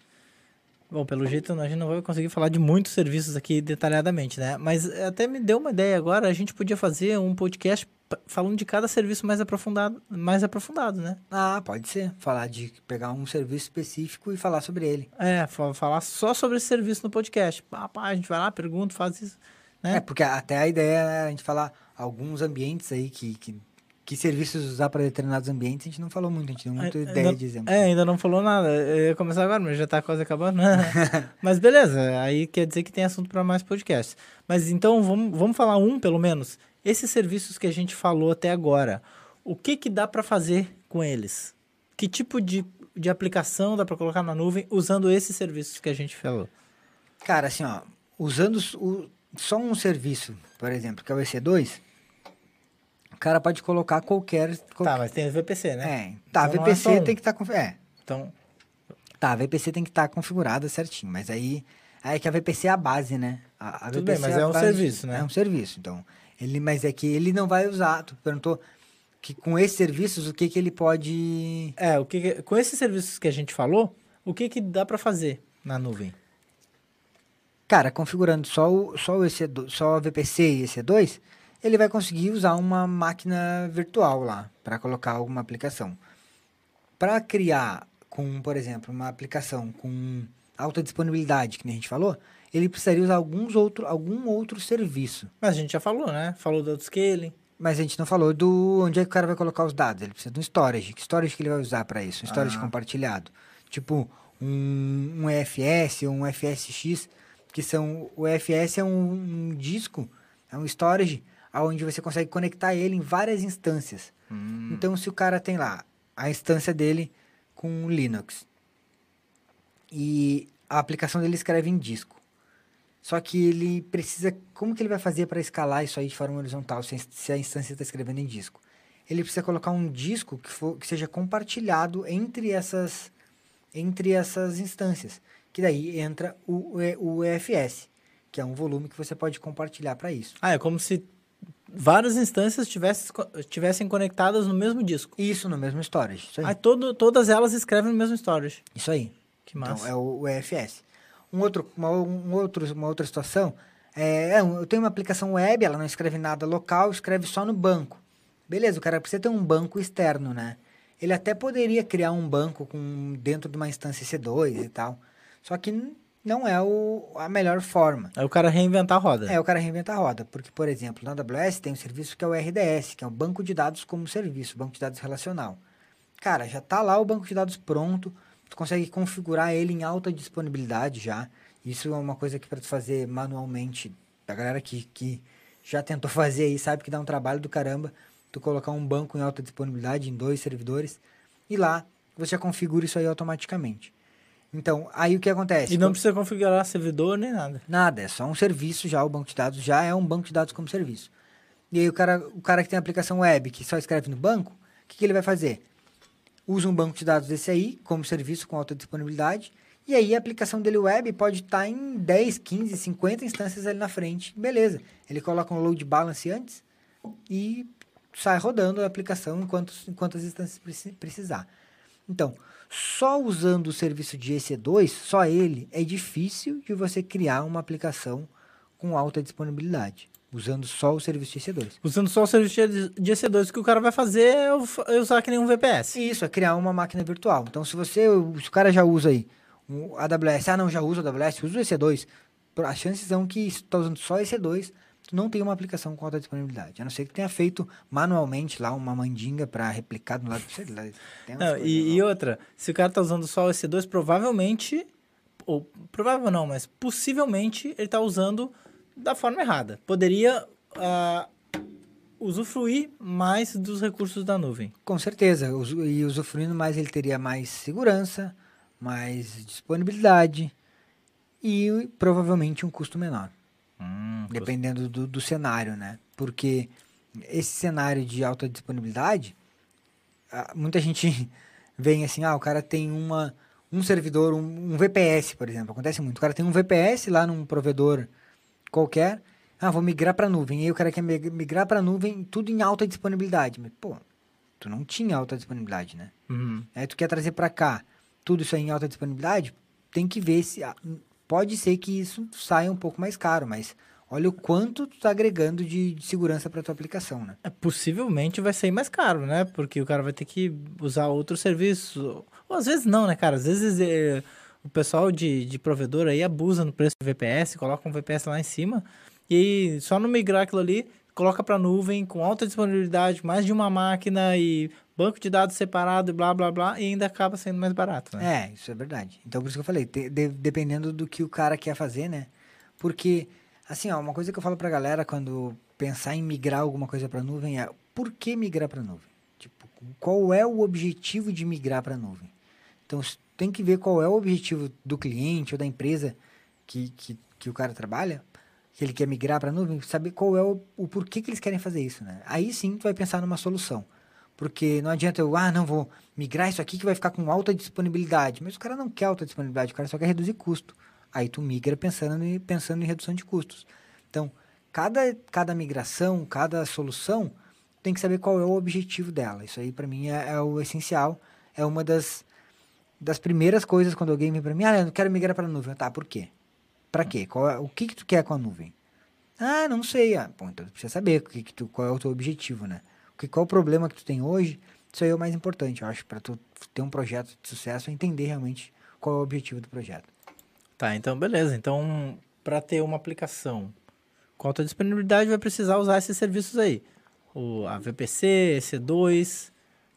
bom, pelo jeito a gente não vai conseguir falar de muitos serviços aqui detalhadamente, né? Mas até me deu uma ideia agora, a gente podia fazer um podcast falando de cada serviço mais aprofundado, mais aprofundado, né? Ah, pode ser. Falar de pegar um serviço específico e falar sobre ele. É, falar só sobre esse serviço no podcast. Pá, pá, a gente vai lá, pergunta, faz isso. Né? É, porque até a ideia é a gente falar alguns ambientes aí, que, que, que serviços usar para determinados ambientes, a gente não falou muito, a gente deu muita é, ideia ainda, de exemplo. É, ainda não falou nada. Eu ia começar agora, mas já está quase acabando. Mas beleza, aí quer dizer que tem assunto para mais podcasts. Mas então, vamos, vamos falar um, pelo menos. Esses serviços que a gente falou até agora, o que que dá para fazer com eles? Que tipo de, de aplicação dá para colocar na nuvem usando esses serviços que a gente falou? Cara, assim, ó, usando o, só um serviço, por exemplo, que é o E C dois, o cara pode colocar qualquer... qualquer... Tá, mas tem o V P C, né? É, tá, então a V P C é um. tem que estar... Tá, é, então... tá, a V P C tem que estar tá configurada certinho, mas aí... É que a V P C é a base, né? A, a Tudo V P C bem, mas é, é um base, serviço, né? É um serviço, então... Ele, mas é que ele não vai usar... Tu perguntou que com esses serviços, o que que ele pode... É, o que, que com esses serviços que a gente falou, o que que dá para fazer na nuvem? Cara, configurando só o, só o E C dois, só a V P C e E C dois, ele vai conseguir usar uma máquina virtual lá para colocar alguma aplicação. Para criar com, por exemplo, uma aplicação com alta disponibilidade, que nem a gente falou, ele precisaria usar alguns outro, algum outro serviço. Mas a gente já falou, né? Falou do autoscaling. Mas a gente não falou do onde é que o cara vai colocar os dados. Ele precisa de um storage. Que storage que ele vai usar para isso? Um storage Ah. compartilhado. Tipo um, um E F S ou um F S X, que são... O E F S é um, um disco, é um storage, onde você consegue conectar ele em várias instâncias. Hum. Então, se o cara tem lá a instância dele com Linux e a aplicação dele escreve em disco, só que ele precisa... Como que ele vai fazer para escalar isso aí de forma horizontal, se, se a instância está escrevendo em disco? Ele precisa colocar um disco que, for, que seja compartilhado entre essas, entre essas instâncias. Que daí entra o, o E F S, que é um volume que você pode compartilhar para isso. Ah, é como se várias instâncias tivessem, tivessem conectadas no mesmo disco. Isso, no mesmo storage. Isso aí. Aí todo, todas elas escrevem no mesmo storage. Isso aí. Que massa. Então, é o, o E F S. Um outro, uma, um outro, uma outra situação é, eu tenho uma aplicação web, ela não escreve nada local, escreve só no banco. Beleza, o cara precisa ter um banco externo, né? Ele até poderia criar um banco com, dentro de uma instância C dois e tal. Só que não é o, a melhor forma. Aí o cara reinventar a roda. É, o cara reinventa a roda. Porque, por exemplo, na A W S tem um serviço que é o R D S, que é o Banco de Dados como Serviço, Banco de Dados Relacional. Cara, já tá lá o banco de dados pronto, tu consegue configurar ele em alta disponibilidade já. Isso é uma coisa que para tu fazer manualmente, a galera que, que já tentou fazer aí sabe que dá um trabalho do caramba, tu colocar um banco em alta disponibilidade em dois servidores e lá você já configura isso aí automaticamente. Então, aí o que acontece? E não precisa configurar servidor nem nada. Nada, é só um serviço já, o banco de dados já é um banco de dados como serviço. E aí o cara, o cara que tem aplicação web, que só escreve no banco, o que, que ele vai fazer? Usa um banco de dados desse aí, como serviço com alta disponibilidade, e aí a aplicação dele web pode estar em dez, quinze, cinquenta instâncias ali na frente. Beleza. Ele coloca um load balance antes e sai rodando a aplicação enquanto, enquanto as instâncias precisar. Então, só usando o serviço de E C dois, só ele, é difícil de você criar uma aplicação com alta disponibilidade. Usando só o serviço de E C dois. Usando só o serviço de E C dois, o que o cara vai fazer é usar que nem um V P S. Isso, é criar uma máquina virtual. Então, se você, se o cara já usa aí o A W S, ah, não, já usa o A W S, usa o E C dois, as chances são que se tu tá usando só E C dois, tu não tem uma aplicação com alta disponibilidade. A não ser que tenha feito manualmente lá uma mandinga para replicar do lado do celular. Não, e, e outra, se o cara tá usando só o E C dois, provavelmente, ou provável não, mas possivelmente ele tá usando da forma errada. Poderia uh, usufruir mais dos recursos da nuvem. Com certeza. E usufruindo mais, ele teria mais segurança, mais disponibilidade e provavelmente um custo menor. Hum, dependendo do, do cenário, né? Porque esse cenário de alta disponibilidade, muita gente vem assim, ah, o cara tem uma, um servidor, um, um V P S, por exemplo. Acontece muito. O cara tem um V P S lá num provedor qualquer. Ah, vou migrar para nuvem. E aí o cara quer migrar para nuvem, tudo em alta disponibilidade. Mas, pô, tu não tinha alta disponibilidade, né? Uhum. Aí tu quer trazer para cá tudo isso aí em alta disponibilidade, tem que ver se... Pode ser que isso saia um pouco mais caro, mas olha o quanto tu tá agregando de, de segurança para tua aplicação, né? É, possivelmente vai sair mais caro, né? Porque o cara vai ter que usar outro serviço. Ou às vezes não, né, cara? Às vezes é, o pessoal de, de provedor aí abusa no preço do V P S, coloca um V P S lá em cima e aí só no migrar aquilo ali, coloca para nuvem com alta disponibilidade, mais de uma máquina e banco de dados separado e blá, blá, blá, e ainda acaba sendo mais barato, né? É, isso é verdade. Então, por isso que eu falei, te, de, dependendo do que o cara quer fazer, né? Porque, assim, ó, uma coisa que eu falo pra galera quando pensar em migrar alguma coisa pra nuvem é, por que migrar pra nuvem? Tipo, qual é o objetivo de migrar pra nuvem? Então, tem que ver qual é o objetivo do cliente ou da empresa que, que, que o cara trabalha, que ele quer migrar para a nuvem, saber qual é o, o porquê que eles querem fazer isso, né? Aí sim tu vai pensar numa solução. Porque não adianta eu, ah, não, vou migrar isso aqui que vai ficar com alta disponibilidade. Mas o cara não quer alta disponibilidade, o cara só quer reduzir custo. Aí tu migra pensando em, pensando em redução de custos. Então, cada, cada migração, cada solução, tem que saber qual é o objetivo dela. Isso aí, para mim, é, é o essencial. É uma das, das primeiras coisas quando alguém vem para mim, ah, eu não quero migrar para a nuvem. Tá, por quê? Para quê? Qual é, o que que tu quer com a nuvem? Ah, não sei. Ah, bom, então tu precisa saber o que que tu, qual é o teu objetivo, né? O que, qual é o problema que tu tem hoje? Isso aí é o mais importante, eu acho, para tu ter um projeto de sucesso, é entender realmente qual é o objetivo do projeto. Tá, então beleza. Então, para ter uma aplicação com alta disponibilidade, vai precisar usar esses serviços aí. O, a V P C, E C dois,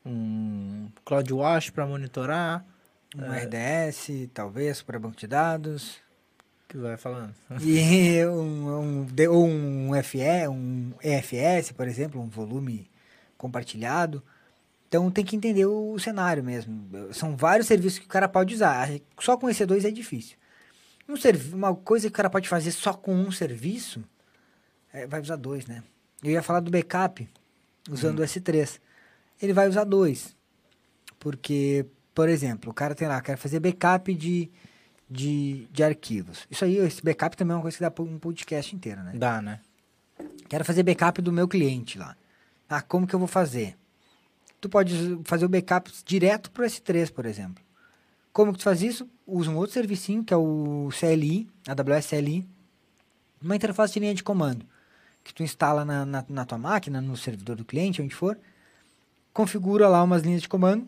um CloudWatch para monitorar. Um R D S, talvez, para banco de dados. Que vai falando. E um, um, de- ou um F E, um E F S, por exemplo, um volume compartilhado. Então tem que entender o cenário mesmo. São vários serviços que o cara pode usar. Só com E C dois é difícil. Um servi- uma coisa que o cara pode fazer só com um serviço, é, vai usar dois, né? Eu ia falar do backup, usando o S três. Ele vai usar dois. Porque, por exemplo, o cara tem lá, quer fazer backup de, de, de arquivos. Isso aí, esse backup também é uma coisa que dá pra um podcast inteiro, né? Dá, né? Quero fazer backup do meu cliente lá. Ah, como que eu vou fazer? Tu pode fazer o backup direto pro S três, por exemplo. Como que tu faz isso? Usa um outro servicinho, que é o C L I, A W S C L I, uma interface de linha de comando, que tu instala na, na, na tua máquina, no servidor do cliente, onde for, configura lá umas linhas de comando,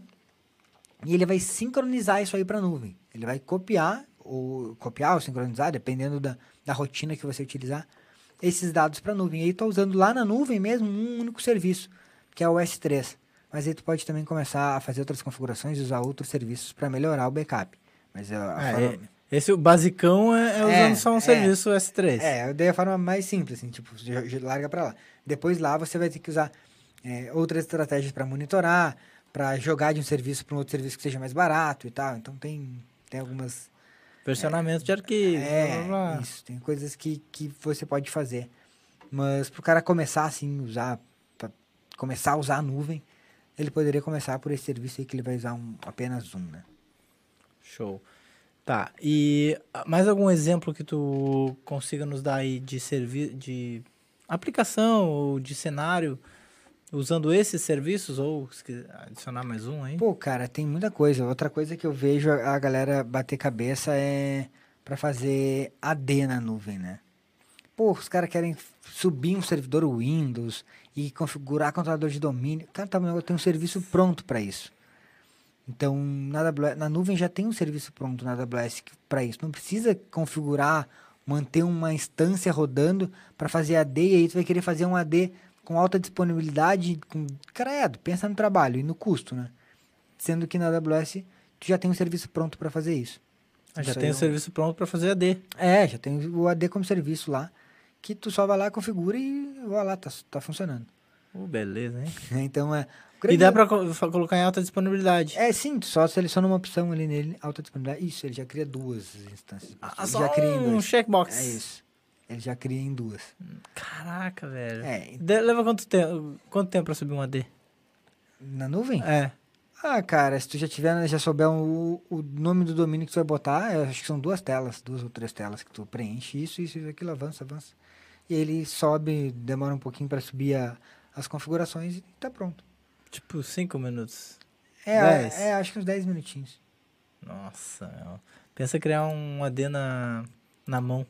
e ele vai sincronizar isso aí para a nuvem. Ele vai copiar, ou copiar ou sincronizar, dependendo da, da rotina que você utilizar, esses dados para a nuvem. E aí tu tá usando lá na nuvem mesmo um único serviço, que é o S três. Mas aí tu pode também começar a fazer outras configurações e usar outros serviços para melhorar o backup. Mas a, a É, forma... é- esse o basicão é, é usando É, só um é. serviço S três. É, eu dei a forma mais simples, assim, tipo, j- j- larga para lá. Depois lá você vai ter que usar é, outras estratégias para monitorar, para jogar de um serviço para um outro serviço que seja mais barato e tal. Então tem, tem algumas... Versionamento de arquivos, blá, É, blá, blá. isso. Tem coisas que, que você pode fazer. Mas pro cara começar, assim, usar... Pra começar a usar a nuvem, ele poderia começar por esse serviço aí que ele vai usar um, apenas um, né? Show. Tá, e ah, mais algum exemplo que tu consiga nos dar aí de serviço, de aplicação ou de cenário usando esses serviços, ou se quiser adicionar mais um aí? Pô, cara, tem muita coisa. Outra coisa que eu vejo a a galera bater cabeça é para fazer A D na nuvem, né? Pô, os caras querem subir um servidor Windows e configurar controlador de domínio. Cara, tá, tem um serviço pronto para isso. Então, na, A W S, na nuvem já tem um serviço pronto na A W S para isso. Não precisa configurar, manter uma instância rodando para fazer A D, e aí tu vai querer fazer um A D com alta disponibilidade. Com... Credo, pensa no trabalho e no custo, né? Sendo que na A W S tu já tem um serviço pronto para fazer isso. Ah, já Isso tem aí o é um- serviço pronto para fazer A D. É, já tem o A D como serviço lá, que tu só vai lá, configura e vai lá, tá, tá funcionando. Oh, beleza, hein? Então, é... E dá para colocar em alta disponibilidade. É, sim, tu só seleciona uma opção ali nele, alta disponibilidade. Isso, ele já cria duas instâncias. Ah, Ele só já cria em um dois. checkbox. É isso. Ele já cria em duas. Caraca, velho. É. De- leva quanto tempo, quanto tempo para subir um A D? Na nuvem? É. Ah, cara, se tu já tiver, já souber o, o nome do domínio que tu vai botar, eu acho que são duas telas, duas ou três telas que tu preenche isso, isso e aquilo, avança, avança. E ele sobe, demora um pouquinho para subir a, as configurações e tá pronto. Tipo, cinco minutos. É, Dez? é, acho que uns dez minutinhos. Nossa, meu. Pensa criar um A D na, na mão.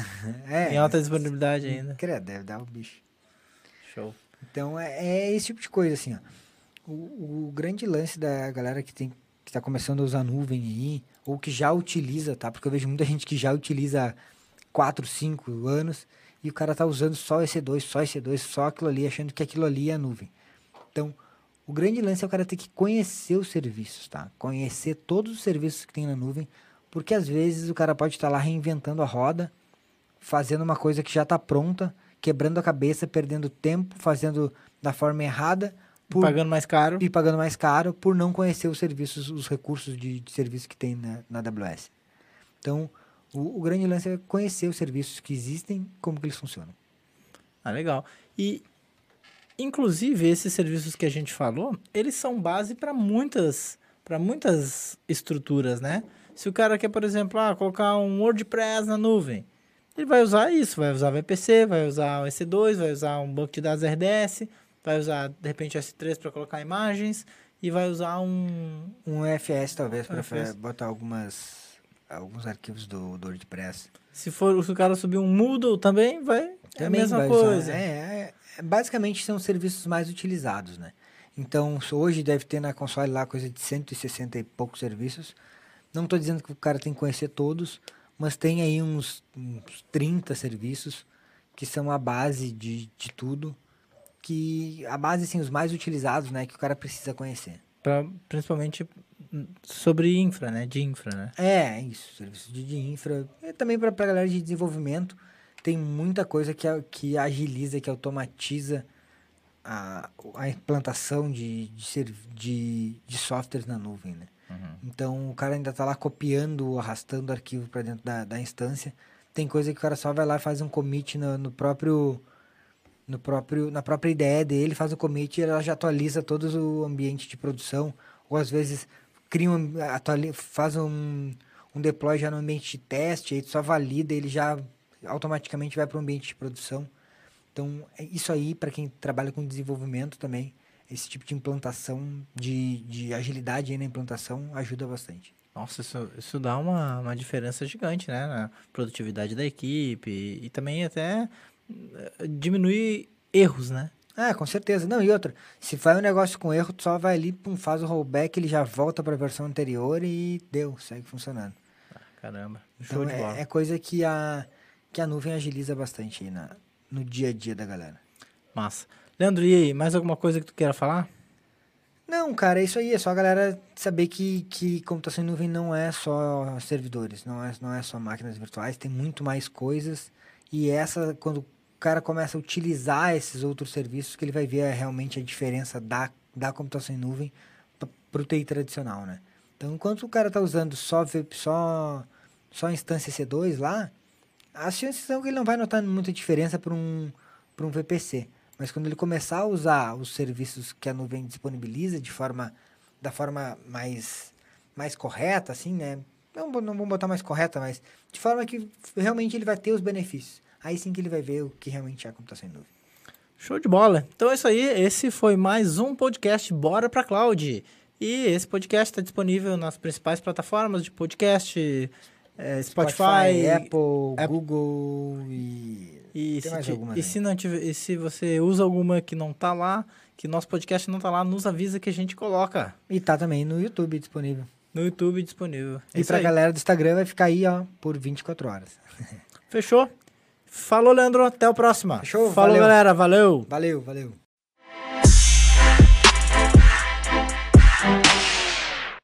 É. Em alta disponibilidade ainda. Credo, deve dar o bicho. Show. Então, é, é esse tipo de coisa, assim, ó. O, o grande lance da galera que tem que tá começando a usar nuvem aí, ou que já utiliza, tá? Porque eu vejo muita gente que já utiliza há quatro, cinco anos, e o cara tá usando só E C dois, só E C dois, só aquilo ali, achando que aquilo ali é a nuvem. Então, o grande lance é o cara ter que conhecer os serviços, tá? Conhecer todos os serviços que tem na nuvem, porque às vezes o cara pode estar lá reinventando a roda, fazendo uma coisa que já está pronta, quebrando a cabeça, perdendo tempo, fazendo da forma errada, por, pagando mais caro. E pagando mais caro por não conhecer os serviços, os recursos de, de serviço que tem na, na A W S. Então, o, o grande lance é conhecer os serviços que existem, como que eles funcionam. Ah, legal. E, inclusive, esses serviços que a gente falou, eles são base para muitas, para muitas estruturas, né? Se o cara quer, por exemplo, ah, colocar um WordPress na nuvem, ele vai usar isso, vai usar V P C, vai usar o E C dois, vai usar um banco de dados R D S, vai usar, de repente, S três para colocar imagens e vai usar um... Um E F S, talvez, para F S. botar algumas, alguns arquivos do, do WordPress. Se for se o cara subir um Moodle também, vai... É a Também mesma vai coisa. usar. É, é, basicamente, são os serviços mais utilizados, né? Então, hoje deve ter na console lá coisa de cento e sessenta e poucos serviços. Não estou dizendo que o cara tem que conhecer todos, mas tem aí uns, uns trinta serviços que são a base de, de tudo. Que a base, assim, os mais utilizados, né? Que o cara precisa conhecer. Pra, principalmente sobre infra, né? De infra, né? É, isso. Serviços de, de infra. E também para a galera de desenvolvimento. Tem muita coisa que, que agiliza, que automatiza a, a implantação de, de, ser, de, de softwares na nuvem, né? Uhum. Então, o cara ainda está lá copiando, arrastando o arquivo para dentro da, da instância. Tem coisa que o cara só vai lá e faz um commit no, no próprio... No próprio, na própria I D E dele, faz o commit e ela já atualiza todo o ambiente de produção. Ou às vezes cria um, atualiza, faz um, um deploy já no ambiente de teste, aí tu só valida, ele já automaticamente vai para o ambiente de produção. Então, isso aí, para quem trabalha com desenvolvimento também, esse tipo de implantação, de, de agilidade aí na implantação, ajuda bastante. Nossa, isso, isso dá uma, uma diferença gigante, né? Na produtividade da equipe e, e também até... diminuir erros, né? Ah, com certeza. Não, e outra, se faz um negócio com erro, tu só vai ali, pum, faz o rollback, ele já volta para a versão anterior e deu, segue funcionando. Ah, caramba, show então, de bola. É, é coisa que a, que a nuvem agiliza bastante aí na, no dia a dia da galera. Massa. Leandro, e aí, mais alguma coisa que tu queira falar? Não, cara, é isso aí, é só a galera saber que, que computação em nuvem não é só servidores, não é, não é só máquinas virtuais, tem muito mais coisas, e essa, quando o cara começa a utilizar esses outros serviços, que ele vai ver realmente a diferença da, da computação em nuvem para o T I tradicional, né? Então, enquanto o cara está usando só, só, só instância C dois lá, as chances são que ele não vai notar muita diferença para um, para um V P C. Mas quando ele começar a usar os serviços que a nuvem disponibiliza de forma, da forma mais, mais correta, assim, né? Não, não vamos botar mais correta, mas de forma que realmente ele vai ter os benefícios. Aí sim que ele vai ver o que realmente é a computação em nuvem. Show de bola. Então é isso aí. Esse foi mais um podcast Bora Pra Cloud. E esse podcast está disponível nas principais plataformas de podcast, é, Spotify, Spotify, Apple, Apple, Google e... E, tem se, mais algumas e, aí. se não tiver, e se você usa alguma que não tá lá, que nosso podcast não tá lá, nos avisa que a gente coloca. E tá também no YouTube disponível. No YouTube disponível. É e pra aí. Galera do Instagram vai ficar aí, ó, por vinte e quatro horas. Fechou? Falou, Leandro. Até o próximo. Fechou? Falou, valeu. galera. Valeu. Valeu, valeu.